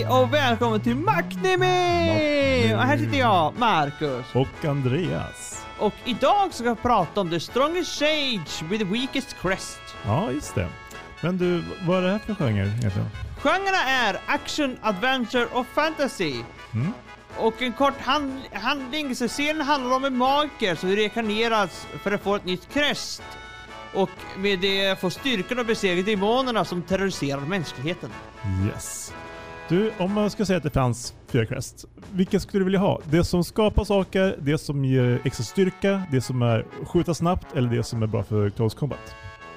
Hej och välkommen till Macnimi! Och här sitter jag, Marcus. Och Andreas. Och idag ska jag prata om The Strongest Sage with the Weakest Crest. Ja, just det. Men du, vad är det här för genre egentligen? Genrerna är action, adventure och fantasy. Mm. Och en kort handling, så serien handlar om en magiker som rekarneras för att få ett nytt crest. Och med det får styrkan att besegra demonerna som terroriserar mänskligheten. Yes. Du, om man ska säga att det fanns 4 crest, vilka skulle du vilja ha? Det som skapar saker, det som ger extra styrka, det som är skjuta snabbt eller det som är bra för close combat?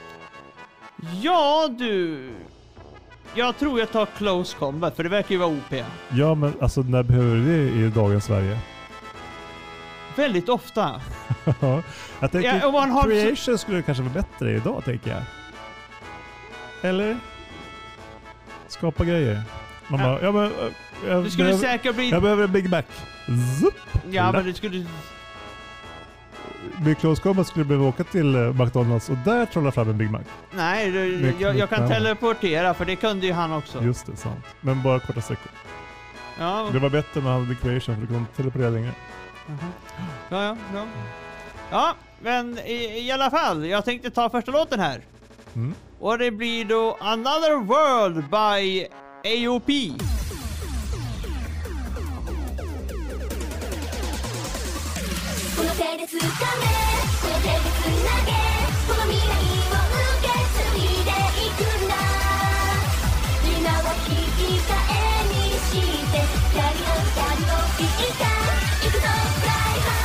Ja, du... Jag tror jag tar close combat, för det verkar ju vara OP. Ja, men alltså när behöver du det i dagens Sverige? Väldigt ofta. Jag tänker, om man har creation skulle kanske vara bättre idag, tänker jag. Eller? Skapa grejer. Man bara, ja men... Du skulle säkert bli... Jag behöver en Big Mac. Zup. Ja, men du skulle... Med close combat skulle du behöva åka till McDonalds och där trolla fram en Big Mac. Nej, jag kan teleportera, för det kunde ju han också. Just det, sant. Men bara korta sträckor. Ja. Det var bättre med han hade creation, för du kunde teleportera längre. Ja. Ja, men i alla fall, jag tänkte ta första låten här. Mm. Och det blir då Another World by AOP. この手で掴め、この手でつなげ、この未来を受け継いでいくんだ。今を引き換えにして光を引いた、行くぞフライハ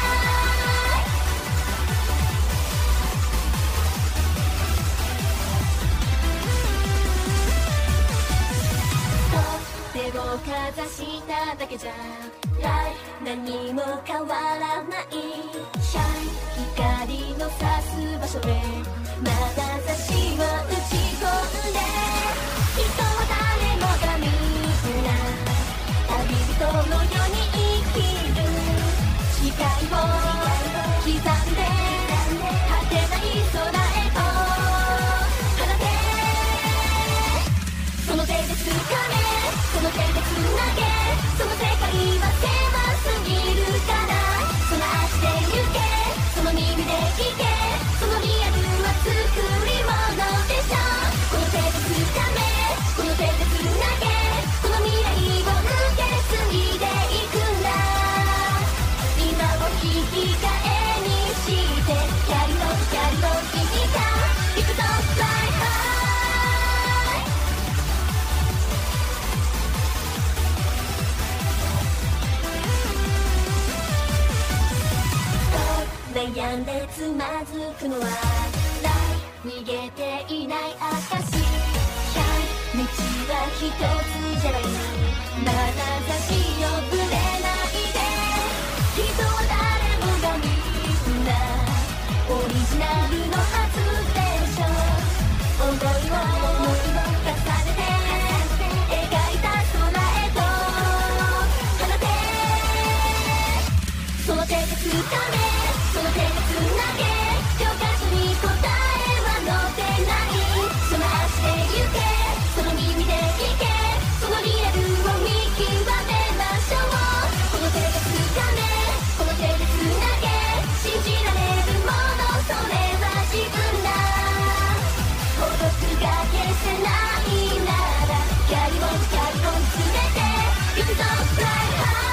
イ。手をかざしただけじゃ何も変わらない。シャイ光の差す場所でまた差しを打ち込んで、人は誰もがみんな旅人のように生きる。誓いを刻んで果てない空へと放て。その手で掴め、その手でつなげ、その世界は狭すぎるから、その足で行け、その耳で聞け、そのリアルは作り物でしょ。この手で掴め、この手でつなげ、この未来を受け継いでいくんだ。今を引き換えにして光の引いた、行くぞフライハイ。悩んでつまずくのは逃げていない証。道は一つじゃない、また差しをぶれないで。人は誰もがみんなオリジナルのはずでしょ。思いを重ねて描いた空へと放て。その手で掴め、その手でつなげ、教科書に答えは載ってない。その足で行け、その耳で聞け、そのリアルを見極めましょう。この手で掴め、この手でつなげ、信じられるもの、それは自分だ。孤独が消せないなら光を連れて行くぞフライハイ。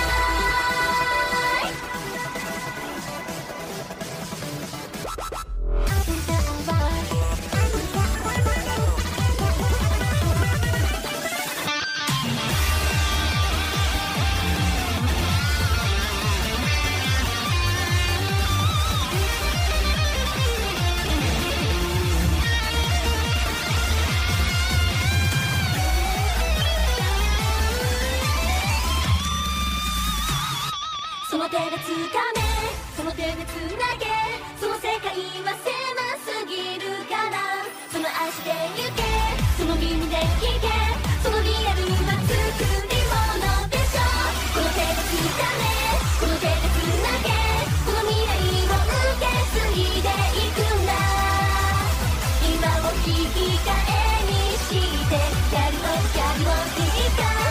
その手で掴め、その手でつなげ、その世界は狭すぎるから、その足で行け、その耳で聞け、そのリアルは作り物でしょ。この手で掴め、この手でつなげ、この未来を受け継いでいくんだ。今を引き換えにして光を引いた。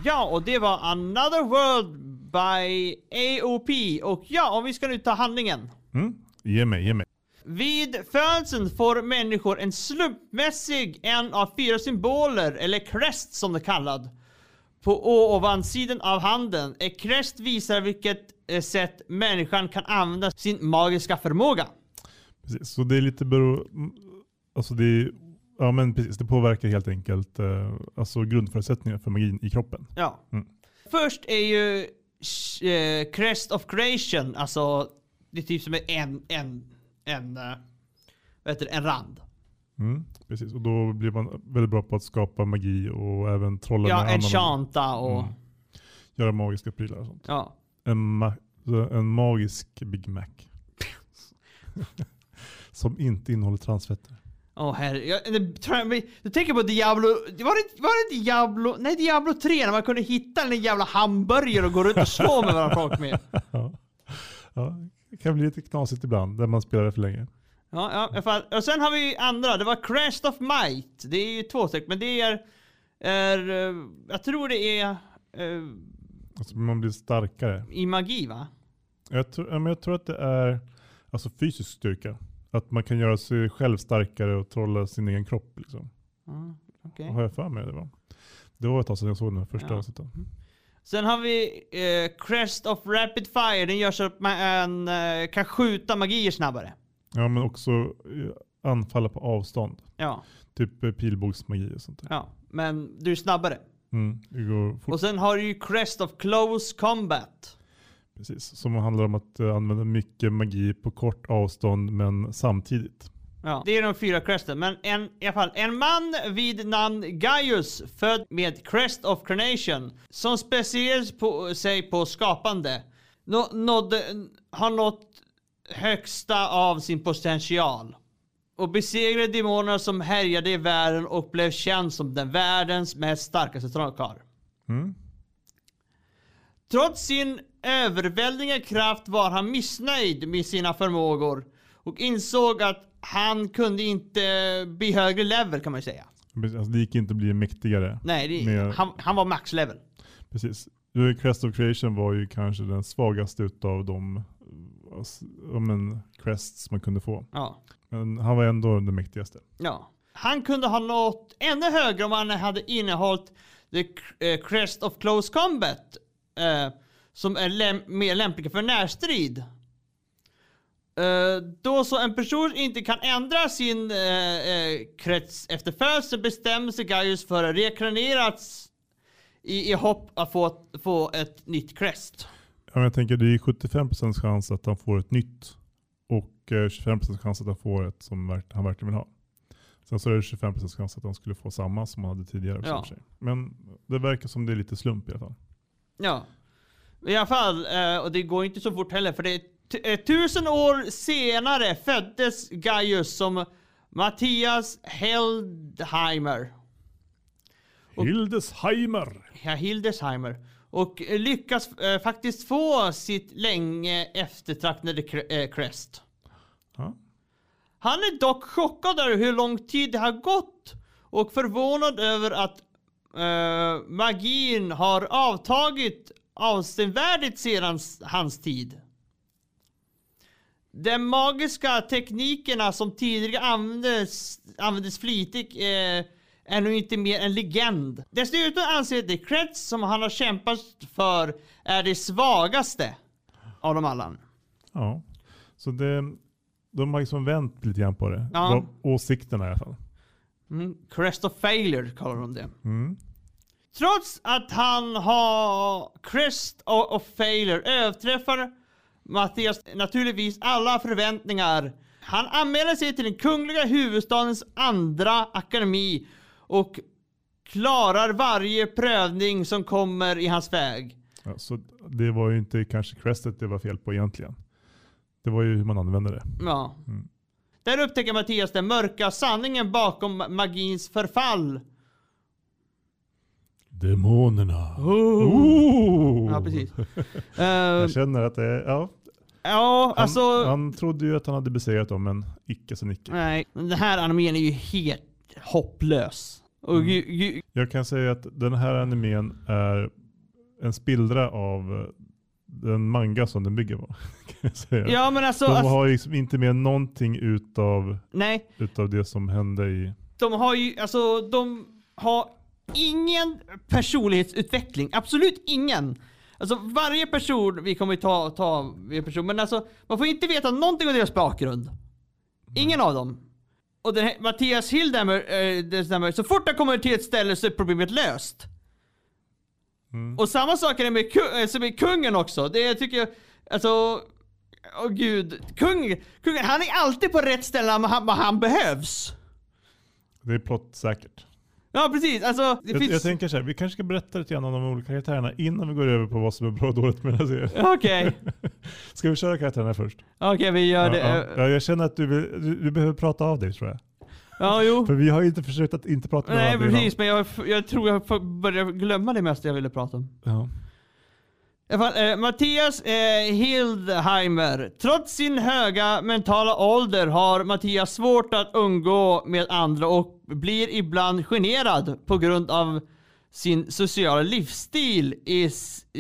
Ja, och det var Another World by AOP. Och ja, om vi ska nu ta handlingen. Ge mig. Vid födseln får människor en slumpmässig en av 4 symboler, eller crest som det kallad, på ovansidan av handen. En crest visar vilket sätt människan kan använda sin magiska förmåga. Precis, så det är lite alltså det, ja men precis, det påverkar helt enkelt alltså grundförutsättningar för magin i kroppen. Ja. Först är ju Crest of Creation, alltså det är typ som en rand. Precis, och då blir man väldigt bra på att skapa magi och även trolla med annan. Enchanta och göra magiska prylar och sånt. Ja. En magisk Big Mac. Som inte innehåller transfetter. Herre. Du tänker på Diablo. Var det Diablo? Nej, Diablo 3 när man kunde hitta en jävla hamburgare och gå runt och slå med varandra folk med. Ja, det kan bli lite knasigt ibland där man spelar det för länge. Ja, i alla fall. Och sen har vi andra. Det var Crest of Might. Det är ju 2 stycken, men det är jag tror det är alltså man blir starkare. I magi, va? Jag tror att det är alltså fysisk styrka. Att man kan göra sig själv starkare och trolla sin egen kropp liksom. Okay. Vad har jag för mig det var? Det var ett tag sedan jag såg den första avsnittet. Sen har vi Crest of Rapid Fire. Den gör så att man kan skjuta magier snabbare. Ja, men också anfalla på avstånd. Ja. Typ pilbågsmagi och sånt där. Ja, men du är snabbare. Det går fort. Och sen har du ju Crest of Close Combat. Precis, som handlar om att använda mycket magi på kort avstånd men samtidigt. Ja, det är de 4 cresten. Men i alla fall, en man vid namn Gaius, född med Crest of Carnation, som specialiserar sig på skapande, har nått högsta av sin potential och besegrade demoner som härjade i världen och blev känd som den världens mest starkaste trollkarl. Trots sin överväldigande kraft var han missnöjd med sina förmågor och insåg att han kunde inte bli högre level, kan man ju säga. Alltså det gick inte att bli mäktigare. Nej, han var max level. Precis. Crest of Creation var ju kanske den svagaste utav de crests man kunde få. Ja. Men han var ändå den mäktigaste. Ja. Han kunde ha nått ännu högre om han hade innehållit the Crest of Close Combat, som är mer lämpliga för närstrid. Då så en person inte kan ändra sin krets efter födseln, bestämmer sig Gaius för att reinkarneras i hopp att få ett nytt crest. Ja, men jag tänker det är 75% chans att han får ett nytt och 25% chans att han får ett som han verkligen vill ha. Sen så är det 25% chans att han skulle få samma som han hade tidigare. Ja. Men det verkar som det är lite slump i alla fall. Ja, i alla fall, och det går inte så fort heller, för det är 1000 år senare föddes Gaius som Matthias Hildesheimer. Hildesheimer. Och lyckas faktiskt få sitt länge eftertraktade crest. Han är dock chockad över hur lång tid det har gått och förvånad över att magin har avtagit avsevärdigt sedan hans tid. De magiska teknikerna som tidigare användes flitigt är nu inte mer en legend. Dessutom anser att det crest som han har kämpat för är det svagaste av dem alla. Ja, så de har liksom vänt lite grann på det. Ja. Åsikterna i alla fall. Crest of Failure kallar de det. Trots att han har Crest of Failure överträffar Mattias naturligtvis alla förväntningar. Han anmäler sig till den kungliga huvudstadens andra akademi och klarar varje prövning som kommer i hans väg. Ja, så det var ju inte kanske crestet det var fel på egentligen. Det var ju hur man använde det. Ja. Där upptäcker Mattias den mörka sanningen bakom magins förfall. Demonerna. Ja, precis. Jag känner att det är... Ja, alltså... Han trodde ju att han hade besegrat dem, men icke så nicke. Nej, den här animen är ju helt hopplös. Och Jag kan säga att den här animen är en spillra av den manga som den bygger på. Kan jag säga. Ja, men alltså... De har liksom inte med någonting utav det som hände i... De har ingen personlighetsutveckling. Absolut ingen. Alltså varje person, vi kommer ta varje person, men alltså man får inte veta någonting om deras bakgrund. Ingen av dem. Och den här, Mattias Hildhammer, så fort han kommer till ett ställe så är problemet löst. Och samma sak är det med kungen också. Det tycker jag, alltså, gud, kungen, han är alltid på rätt ställe när han behövs. Det är plott säkert. Ja, precis. Alltså, jag tänker så här, vi kanske ska berätta lite grann om de olika karaktärerna innan vi går över på vad som är bra och dåligt med den här serien. Okej. Ska vi köra karaktärerna först? Okej, vi gör det. Ja, jag känner att du behöver prata av dig, tror jag. Ja, jo. För vi har ju inte försökt att inte prata med varandra. Nej, precis. Men jag tror jag börjar glömma det mesta jag ville prata om. Ja. I alla fall, Mattias Hildhammer. Trots sin höga mentala ålder har Mattias svårt att umgå med andra och blir ibland generad på grund av sin sociala livsstil i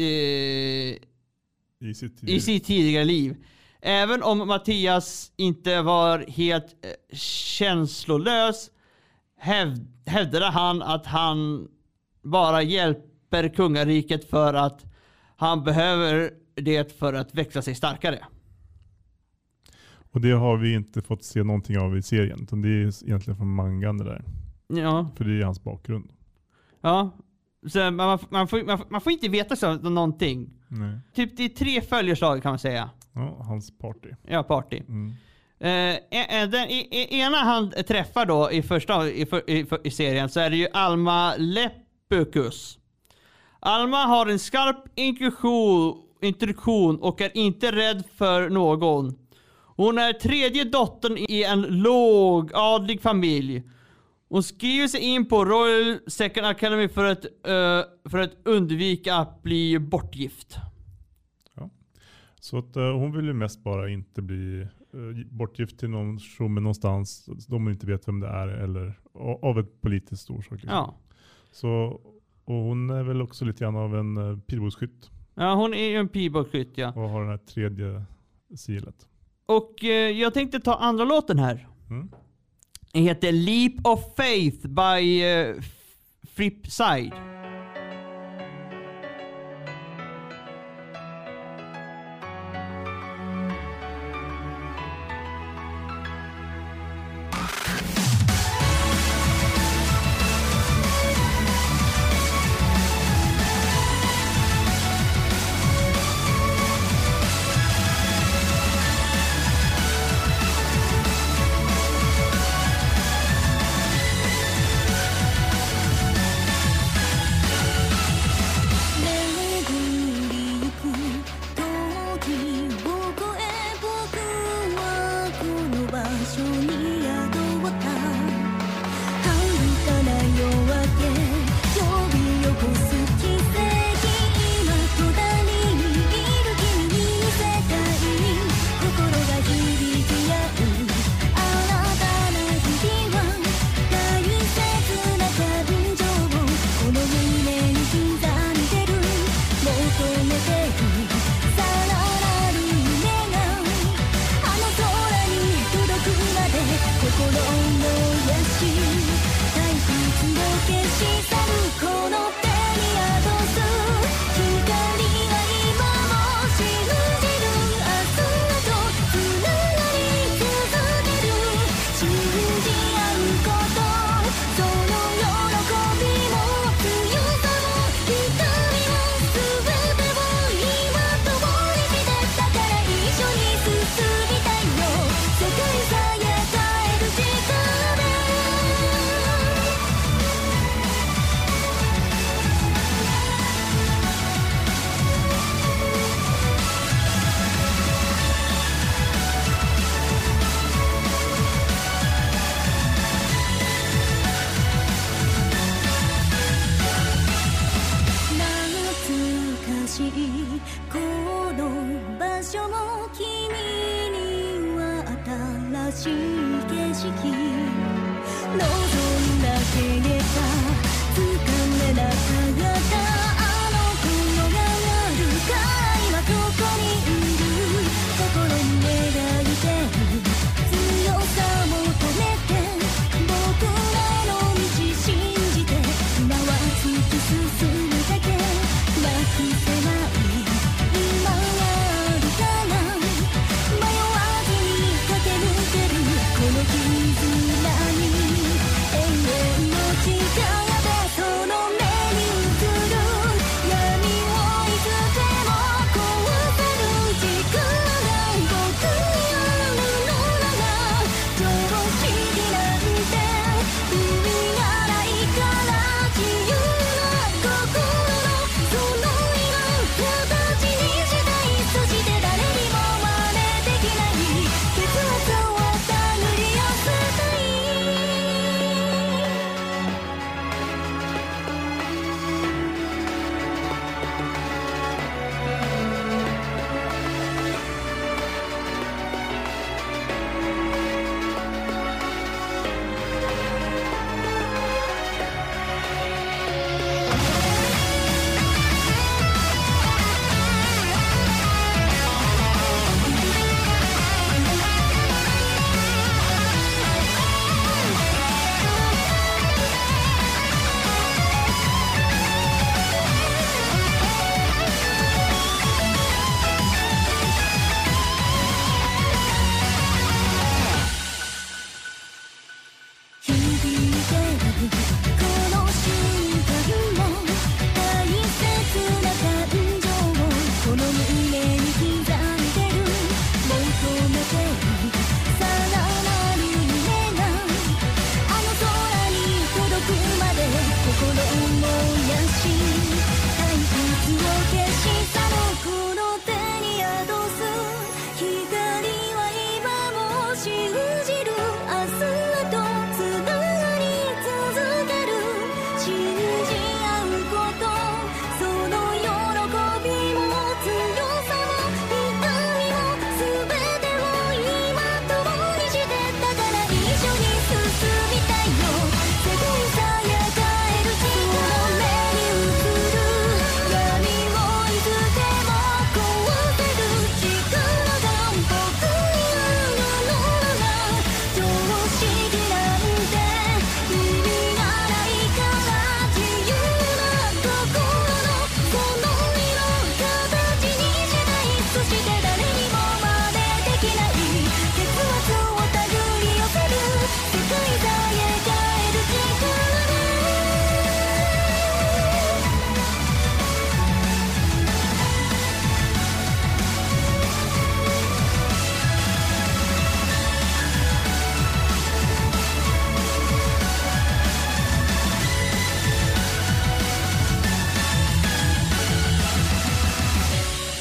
sitt tidigare liv. Även om Mattias inte var helt känslolös hävdade han att han bara hjälper kungariket för att han behöver det för att växa sig starkare. Och det har vi inte fått se någonting av i serien, utan det är egentligen från mangan det där. Ja. För det är hans bakgrund. Ja. Så man får inte veta så någonting. Nej. Typ det är 3 följeslag kan man säga. Ja, hans party. Ja, party. Den ena han träffar då i serien så är det ju Alma Lepicus. Alma har en skarp intuition och är inte rädd för någon. Hon är 3:e dottern i en lågadlig familj. Hon skriver sig in på Royal Second Academy för att undvika att bli bortgift. Ja. Så att hon vill ju mest bara inte bli bortgift till någon tjomme någonstans de inte vet vem det är eller av ett politiskt orsak. Liksom. Ja. Så, och hon är väl också lite grann av en pilbågsskytt. Ja, hon är ju en pilbågsskytt, ja. Och har den här 3:e silet. Och jag tänkte ta andra låten här. Det heter Leap of Faith by Flipside.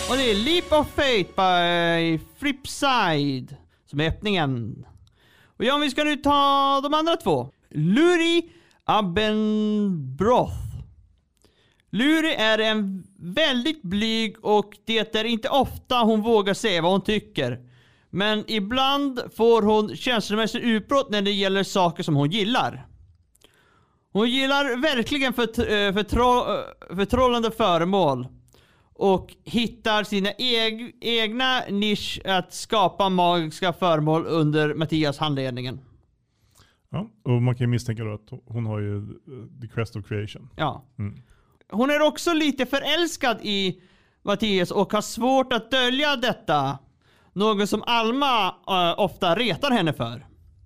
Och det är Leap of Fate by Flipside som är öppningen. Och ja, vi ska nu ta de andra två. Luri Abbenbroth. Luri är en väldigt blyg och det är inte ofta hon vågar säga vad hon tycker. Men ibland får hon känslomässigt utbrott när det gäller saker som hon gillar. Hon gillar verkligen förtrollande föremål och hittar sina egna nisch att skapa magiska föremål under Mattias handledningen. Ja, och man kan ju misstänka då att hon har ju The Crest of Creation. Ja. Hon är också lite förälskad i Mattias och har svårt att dölja detta. Något som Alma ofta retar henne för.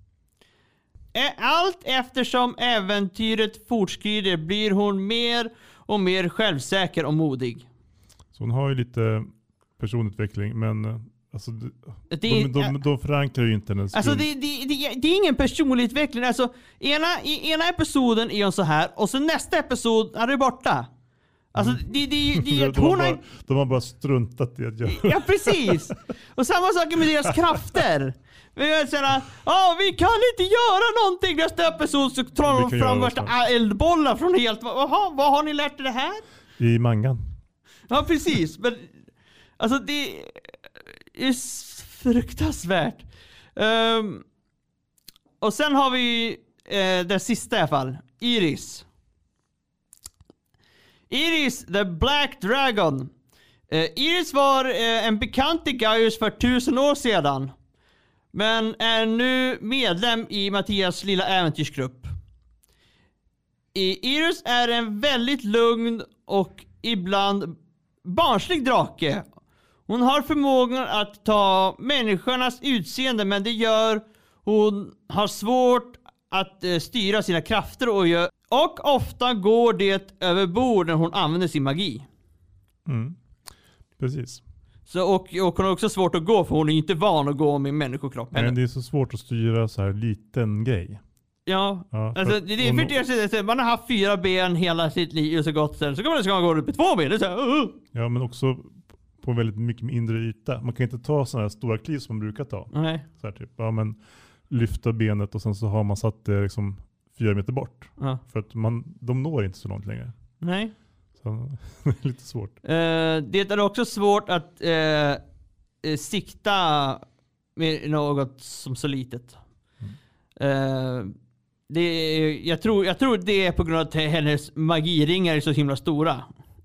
Allt eftersom äventyret fortskrider blir hon mer och mer självsäker och modig. Så hon har ju lite personutveckling, men alltså, de förankrar ju inte hennes alltså det är ingen personlig utveckling. Alltså, ena episoden är hon så här och så nästa episod är det borta. Alltså, de har bara struntat i att göra. Ja, precis. Och samma sak med deras krafter. Vi kan inte göra någonting. Nästa episod så tar de fram värsta eldbollar från helt... vad har ni lärt er det här? I mangan. Ja, precis. Men alltså det är fruktansvärt. Och sen har vi det sista i alla fall. Iris. Iris, the Black Dragon. Iris var en bekant till Gaius för 1000 år sedan. Men är nu medlem i Mattias lilla äventyrsgrupp. Iris är en väldigt lugn och ibland barnslig drake. Hon har förmågan att ta människornas utseende, men det gör hon har svårt att styra sina krafter och ofta går det över bord när hon använder sin magi. Precis. Så, och hon har också svårt att gå för hon är inte van att gå med människokroppen. Men det är så svårt att styra så här liten grej. Ja, alltså, det är för man har haft 4 ben hela sitt liv och så gott sen. Så kan man gå upp i 2 ben. Det är så här, Ja, men också på väldigt mycket mindre yta. Man kan inte ta sådana här stora kliv som man brukar ta. Nej. Så här typ, men lyfta benet och sen så har man satt det liksom 4 meter bort. Ja. För att de når inte så långt längre. Nej. Så det är lite svårt. Det är också svårt att sikta med något som så litet. Jag tror det är på grund av att hennes magiringar är så himla stora.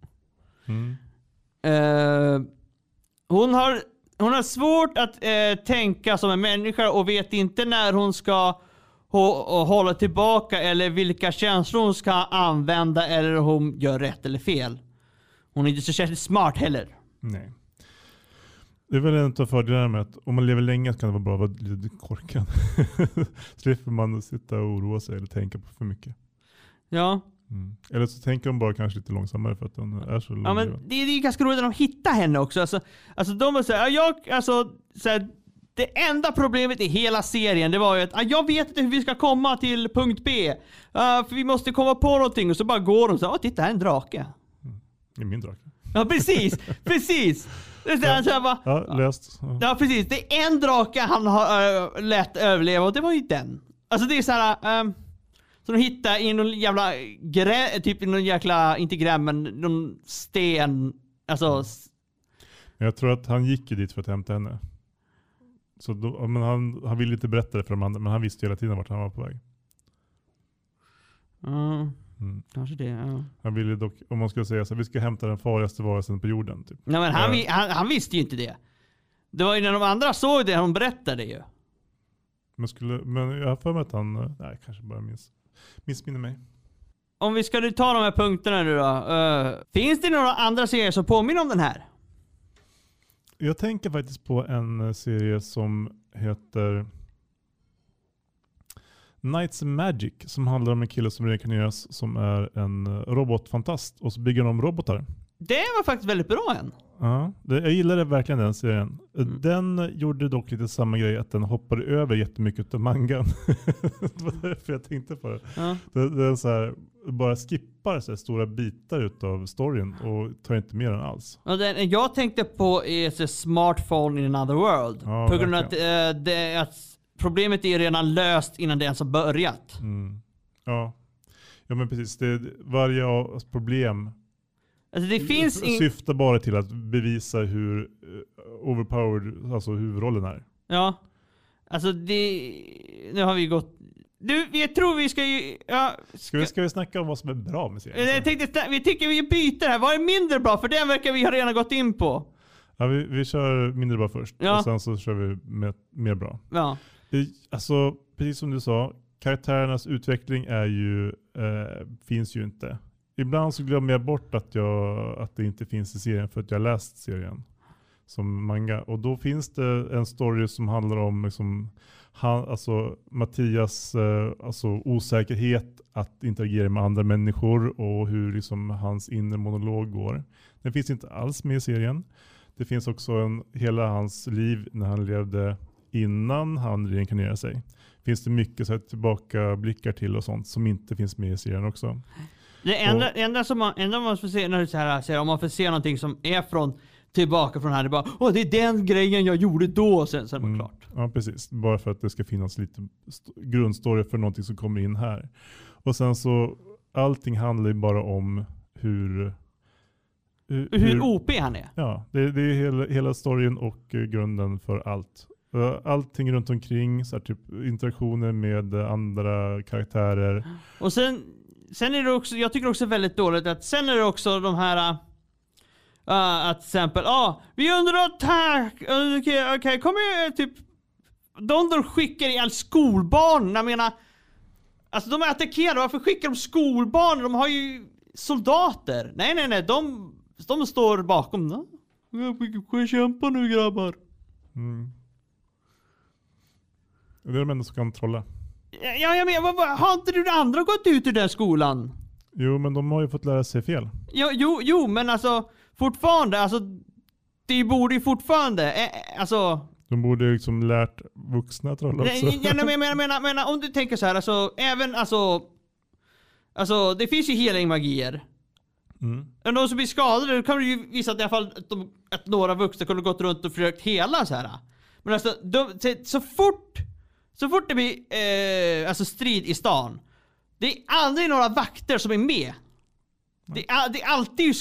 Hon har svårt att tänka som en människa och vet inte när hon ska hålla tillbaka eller vilka känslor hon ska använda eller om hon gör rätt eller fel. Hon är inte så särskilt smart heller. Nej. Det är väl en av fördelarna med att om man lever länge så kan det vara bra att vara lite korkad. Slipper man sitta och oroa sig eller tänka på för mycket. Ja. Eller så tänker de bara kanske lite långsammare för att den är så lång. Ja, men det är ganska roligt att de hittar henne också. Alltså de var såhär, det enda problemet i hela serien, det var ju att jag vet inte hur vi ska komma till punkt B. För vi måste komma på någonting och så bara går de så titta, här är en drake. Det är min drake. Ja, precis. Det är så här, bara, ja, löst. Ja, precis. Det är en drake han har lätt överleva och det var ju den. Alltså det är så här så de hittar i någon jävla typ i någon jäkla, inte gräm, men någon sten. Alltså. Jag tror att han gick ju dit för att hämta henne. Så då, men han ville inte berätta det för de andra, men han visste hela tiden vart han var på väg. Kanske det, ja. Han ville dock, om man skulle säga så, vi ska hämta den farligaste varelsen på jorden. Typ. Nej, men han visste ju inte det. Det var ju när de andra såg det, hon berättade ju. Men jag har för mig att han, kanske bara missminner mig. Om vi ska ta de här punkterna nu då. Finns det några andra serier som påminner om den här? Jag tänker faktiskt på en serie som heter Knights of Magic, som handlar om en kille som reinkarneras som är en robotfantast och så bygger de robotar. Det var faktiskt väldigt bra än. Ja, jag gillade verkligen den serien. Den gjorde dock lite samma grej, att den hoppade över jättemycket av mangan. Det var därför jag tänkte på det. Ja. Det är så här, bara skippar så här stora bitar utav storyn och tar inte med den alls. Och den jag tänkte på är Smartphone in another world. Ja, på grund av att problemet är redan löst innan det ens har börjat. Ja, men precis. Varje problem Alltså det finns syftar bara till att bevisa hur overpowered alltså huvudrollen är. Ja. Alltså nu har vi gått... jag tror vi ska ju... Ja, ska vi snacka om vad som är bra med serien? Vi tycker vi byter här. Vad är mindre bra? För den verkar vi ha redan gått in på. Ja, vi kör mindre bra först. Ja. Och sen så kör vi mer bra. Ja. Alltså, precis som du sa, karaktärernas utveckling är ju finns ju inte. Ibland så glömmer jag bort att det inte finns i serien för att jag har läst serien som manga. Och då finns det en story som handlar om liksom, Mattias osäkerhet att interagera med andra människor och hur liksom, hans inre monolog går. Den finns inte alls med i serien. Det finns också hela hans liv när han levde innan han reinkarnerade sig. Finns det mycket så här tillbakablickar till och sånt som inte finns med i serien också. Det enda man får se när du säger om man får se någonting som är tillbaka från här, det är bara det är den grejen jag gjorde då, sen är det klart. Ja, precis. Bara för att det ska finnas lite grundstory för någonting som kommer in här. Och sen så allting handlar ju bara om hur OP han är. Ja, det är hela storyn och grunden för allt. Allting runt omkring, så här, typ interaktioner med andra karaktärer. Och sen är det också, jag tycker också väldigt dåligt att sen är det också de här att till exempel, vi är under attack. Okej, kom igen, typ de skickar i all skolbarn. Jag menar, alltså de är attackerade, varför skickar de skolbarn? De har ju soldater. Nej, de står bakom. Vi kämpa nu, grabbar. Det är de enda som kan trolla. Ja, jag menar, har inte du andra gått ut ur den skolan? Jo, men de har ju fått lära sig fel. Jo, men alltså fortfarande, alltså det borde ju fortfarande, alltså... De borde liksom lärt vuxna trolla också. Jag menar, om du tänker så här, alltså även, alltså det finns ju healing-magier. Och de som blir skadade, då kan du ju visa att i alla fall att några vuxna kunde gått runt och försökt hela så här. Men alltså, så fort det blir alltså strid i stan, det är aldrig några vakter som är med. Det är alltid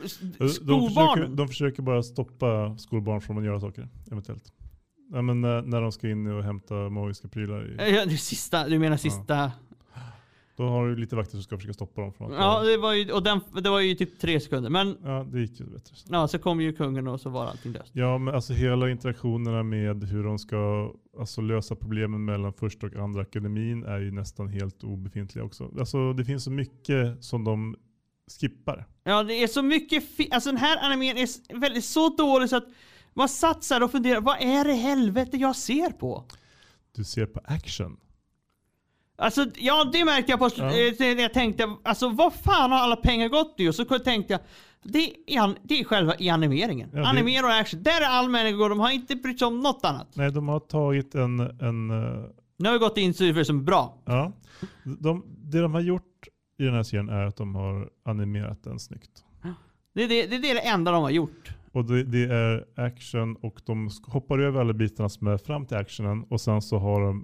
skolbarn. De försöker bara stoppa skolbarn från att göra saker, eventuellt. Ja, men när de ska in och hämta magiska prylar. Du menar sista... Då har du lite vakter som ska försöka stoppa dem från att... Ja, det var ju typ 3 sekunder. Men... Ja, det gick ju bättre. Ja, så kom ju kungen och så var allting löst. Ja, men alltså hela interaktionerna med hur de ska lösa problemen mellan första och andra akademin är ju nästan helt obefintliga också. Alltså det finns så mycket som de skippar. Ja, det är så mycket... Alltså den här animeringen är väldigt så dålig så att man satsar och funderar, vad är det helvete jag ser på? Du ser på action. Alltså, ja, det märkte jag på jag tänkte, alltså vad fan har alla pengar gått nu? Och så tänkte jag, det är själva i animeringen. Ja, animering och action, där är all människor, de har inte brytt sig om något annat. Nej, de har tagit en nu har vi gått in så som bra. Ja, det de har gjort i den här serien är att de har animerat den snyggt. Det är det enda de har gjort. Och det är action och de hoppar över alla bitarna som är fram till actionen och sen så har de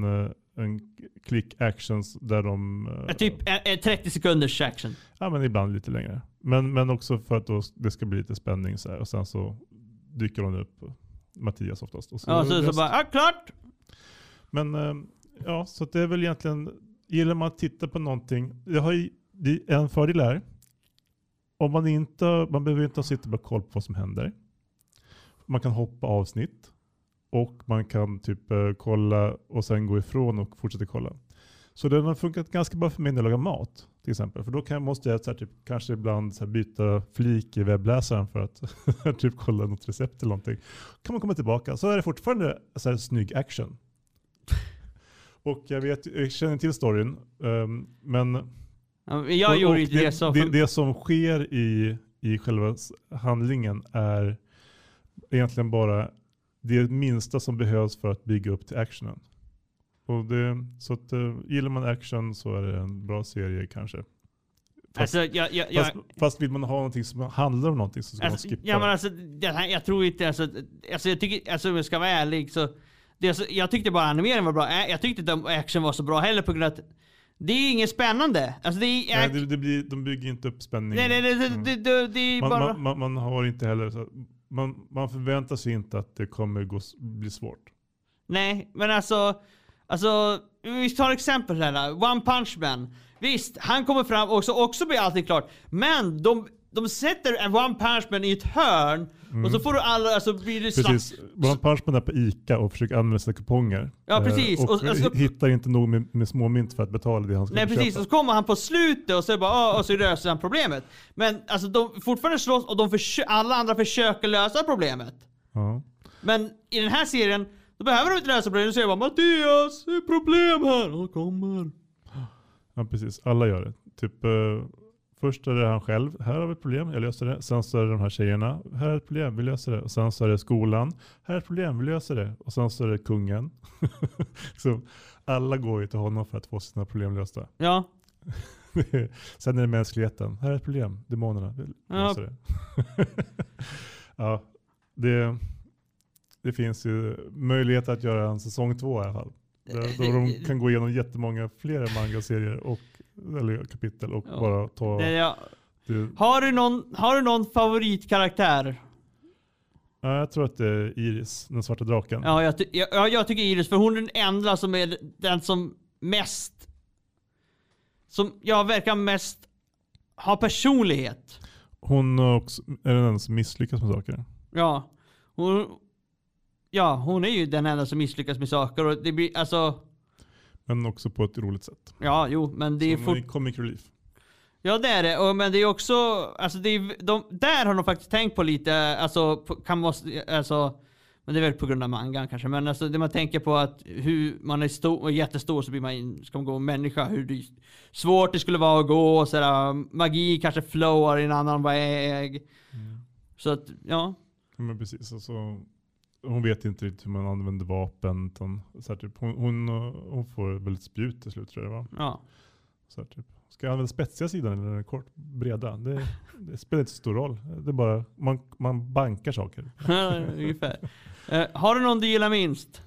en click actions där de... Typ 30 sekunders action. Ja, men ibland lite längre. Men också för att då det ska bli lite spänning så här. Och sen så dyker de upp Mattias oftast. Och så bara, klart! Men ja, så det är väl egentligen... Gillar man att titta på någonting... En fördel är om man behöver inte sitta och koll på vad som händer. Man kan hoppa avsnitt. Och man kan typ kolla och sen gå ifrån och fortsätta kolla. Så den har funkat ganska bra för mig när jag lagar mat till exempel. För då måste jag så här, typ, kanske ibland så här, byta flik i webbläsaren för att typ kolla något recept eller någonting. Kan man komma tillbaka så är det fortfarande så här, snygg action. Och jag känner till storyn. Men jag gjorde inte det så. Det som sker i själva handlingen är egentligen bara det minsta som behövs för att bygga upp till actionen. Och så att gillar man action så är det en bra serie kanske. Alltså, Fast vill man ha någonting som handlar om någonting så ska man skippa. Ja, men alltså, jag tror inte... Alltså, jag tycker... Alltså, om jag ska vara ärlig så... jag tyckte bara animeringen var bra. Jag tyckte inte action var så bra heller på grund av att det är inget spännande. Alltså, de bygger inte upp spänning. Nej, det är bara... Man har inte heller... Så, man förväntar sig inte att det kommer bli svårt. Nej, men alltså vi tar exempel här. One Punch Man. Visst, han kommer fram och också blir allting klart. Men de sätter en One Punch Man i ett hörn och så får du alla, alltså blir det precis. One Punch Man är på ICA och försöker använda sina kuponger. Ja, precis. Och hittar inte nog med små mynt för att betala det han ska köpa. Nej, precis. Och så kommer han på slutet och så bara och så löser han problemet. Men alltså de fortfarande slåss och alla andra försöker lösa problemet. Ja. Men i den här serien då behöver de inte lösa problemet. Du säger bara Mattias, det är problem här. Han kommer. Ja, precis. Alla gör det. Typ först är det han själv. Här har vi ett problem, jag löser det. Sen så är det de här tjejerna. Här är ett problem, vi löser det. Och sen så är det skolan. Här är ett problem, vi löser det. Och sen så är det kungen. Så alla går ju till honom för att få sina problem lösta. Ja. Sen är det mänskligheten. Här är ett problem, demonerna. Vi löser det. Ja, det finns ju möjlighet att göra en säsong 2 i alla fall. Då de kan gå igenom jättemånga fler manga-serier eller kapitel och bara ta... Har du någon favoritkaraktär? Ja, jag tror att det är Iris, den svarta draken. Ja, jag tycker Iris, för hon är den enda som är den som mest... Som jag verkar mest ha personlighet. Hon också, är den enda som misslyckas med saker. Ja, hon är ju den enda som misslyckas med saker och det blir alltså... Men också på ett roligt sätt. Ja, jo, men det är comic relief. Ja, det är det. Men det är också alltså där har de faktiskt tänkt på lite men det är väl på grund av mangan kanske, men alltså det man tänker på att hur man är stor och jättestor så blir man ska man gå människa, hur svårt det skulle vara att gå och sådär, magi kanske flowar i en annan väg. Så att ja, men precis alltså. Hon vet inte riktigt hur man använder vapen. Utan, så här, typ, hon får väl ett spjut till slut, tror jag, va? Ja. Så här, typ. Ska jag använda spetsiga sidan eller den kort breda? Det spelar inte så stor roll. Det är bara, man bankar saker. Ungefär. Har du någon du gillar minst?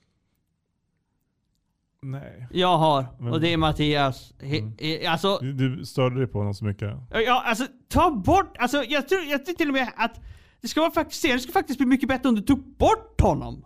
Nej. Jag har. Och det är Mattias. Alltså, du störde dig på honom så mycket. Ja, alltså ta bort... Alltså, jag tror till och med att det ska faktiskt bli mycket bättre om du tog bort honom.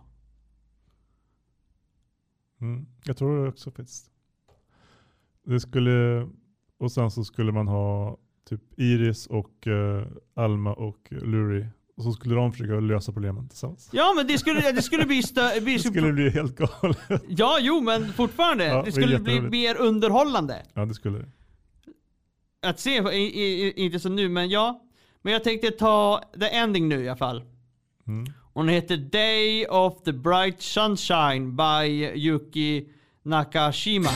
Jag tror det också faktiskt. Det skulle... Och sen så skulle man ha typ Iris och Alma och Luri. Och så skulle de försöka lösa problemen tillsammans. Ja, men det skulle bli det skulle bli helt galet. Ja, jo, men fortfarande. Ja, det skulle bli mer underhållande. Ja, det skulle det. Att se, inte som nu, men ja. Men jag tänkte ta the ending nu i alla fall. Hon heter Day of the Bright Sunshine by Yuki Nakashima.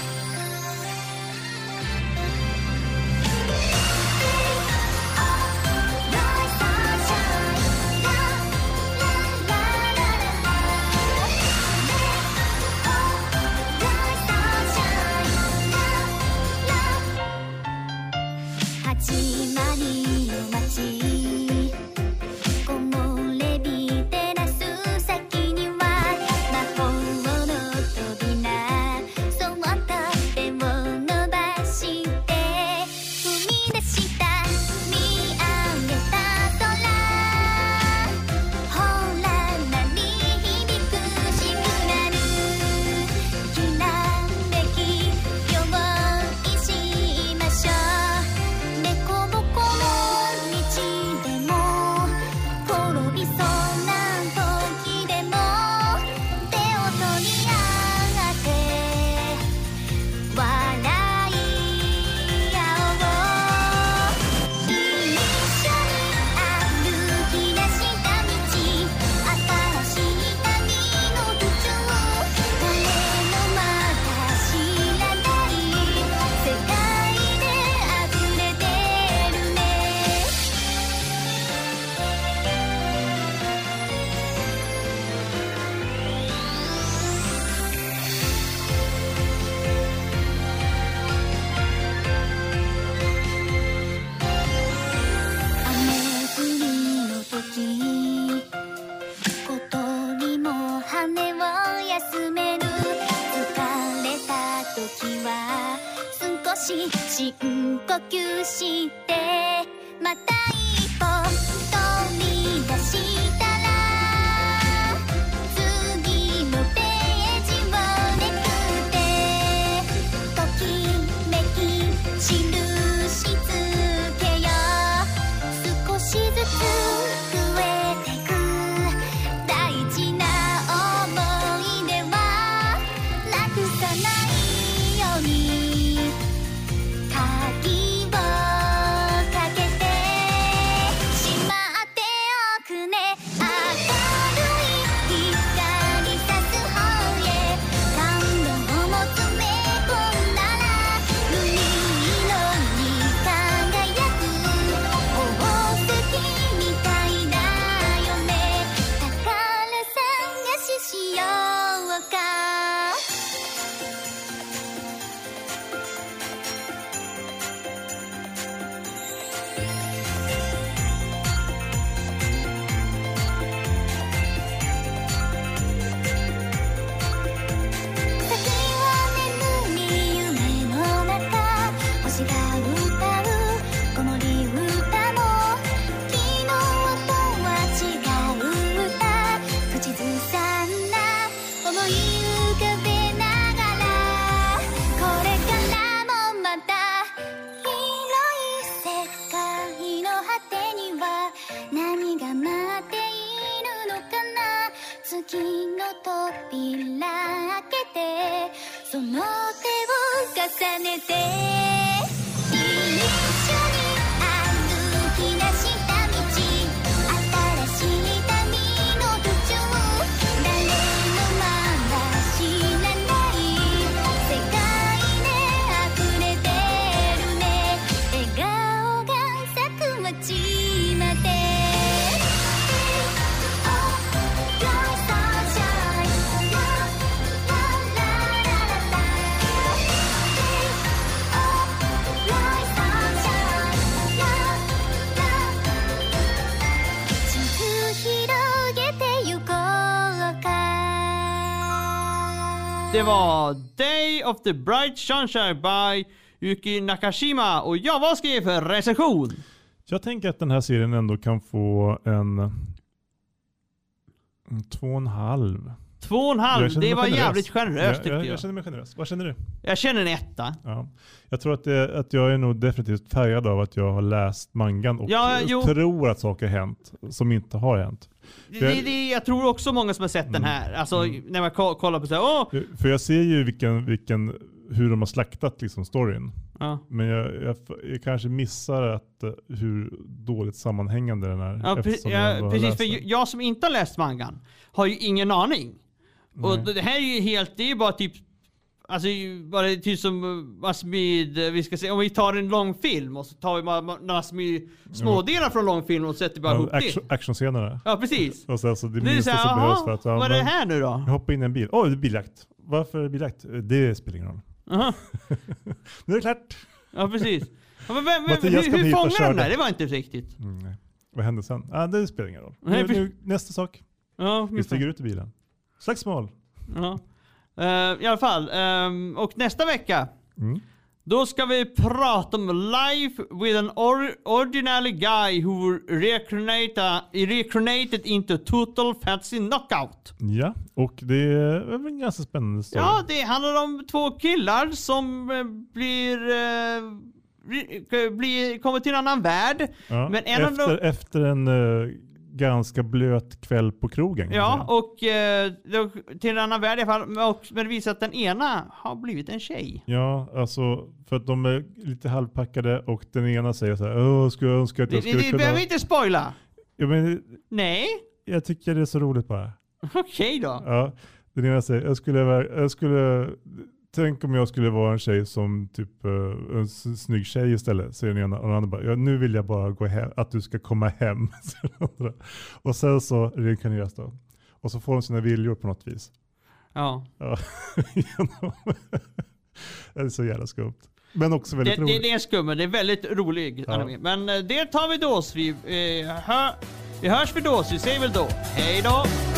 集してまた一歩飛び出したら次のページをめくってときめき印つけよう少しずつ増えてく大事な思い出はなくさないように鍵をかけてしまっておくね明るい光さす方へ感動も詰め込んだら海色に輝く宝石みたいだよね宝探ししようか先は眠り夢の中星が歌う子守歌も昨日とは違う歌口ずさんだ思い浮かべながらこれからもまた広い世界の果てには何が待っているのかな月の扉開けてその手を重ねて一緒に歩き出した道新しい旅の途中誰もまだ知らない世界で溢れてるね笑顔が咲く街まで Det var Day of the Bright Sunshine by Yuki Nakashima. Och jag var skrev för recension. Jag tänker att den här serien ändå kan få en 2,5. 2,5, det var jävligt generöst tyckte jag. Jag känner mig generös. Vad känner du? Jag känner en 1. Ja. Jag tror att jag är nog definitivt färgad av att jag har läst mangan och tror att saker har hänt som inte har hänt. Jag tror också många som har sett den här. Alltså när man kollar på så här, För jag ser ju hur de har slaktat liksom storyn. Ja. Men jag kanske missar hur dåligt sammanhängande den är. Ja, precis. För jag som inte har läst mangan har ju ingen aning. Och det här är ju det är ju bara typ alltså bara typ som massmed, vi ska se om vi tar en lång film och så tar vi massmed smådelar från lång film och sätter bara ihop det. Actionscenerna. Ja, precis. Och så, alltså, det är minsta som behövs för att vad är det här nu då? Jag hoppar in i en bil. Det är biljakt. Varför är det biljakt? Det spelar ingen roll. Nu är det klart. Ja, precis. Hur fångar de där? Det var inte riktigt. Nej. Vad hände sen? Det spelar ingen roll. Nu, nästa sak. Ja, vi stiger ut i bilen. Slagsmål. Ja. I alla fall. Och nästa vecka då ska vi prata om Life with an ordinary guy who reincarnated into total fantasy knockout. Ja, och det är en ganska spännande story. Ja, det handlar om 2 killar som kommer till en annan värld. Ja, men efter en ganska blöt kväll på krogen. Ja, och till en annan värld i alla fall. Men det visar att den ena har blivit en tjej. Ja, alltså för att de är lite halvpackade och den ena säger så här, skulle jag önska att jag skulle kunna... Det behöver inte spoila. Ja, men, nej. Jag tycker det är så roligt bara. Okej då. Ja, den ena säger, jag skulle tänk om jag skulle vara en tjej som typ en snygg tjej istället, säger den ena. Och den andra bara, nu vill jag bara gå hem, att du ska komma hem. Och sen så reinkarneras då. Och så får de sina viljor på något vis. Ja. Det är så jävla skumt. Men också väldigt roligt. Det är skumt, det är väldigt rolig anime. Men det tar vi då. Vi hörs vi då, så vi säger väl då. Hej då!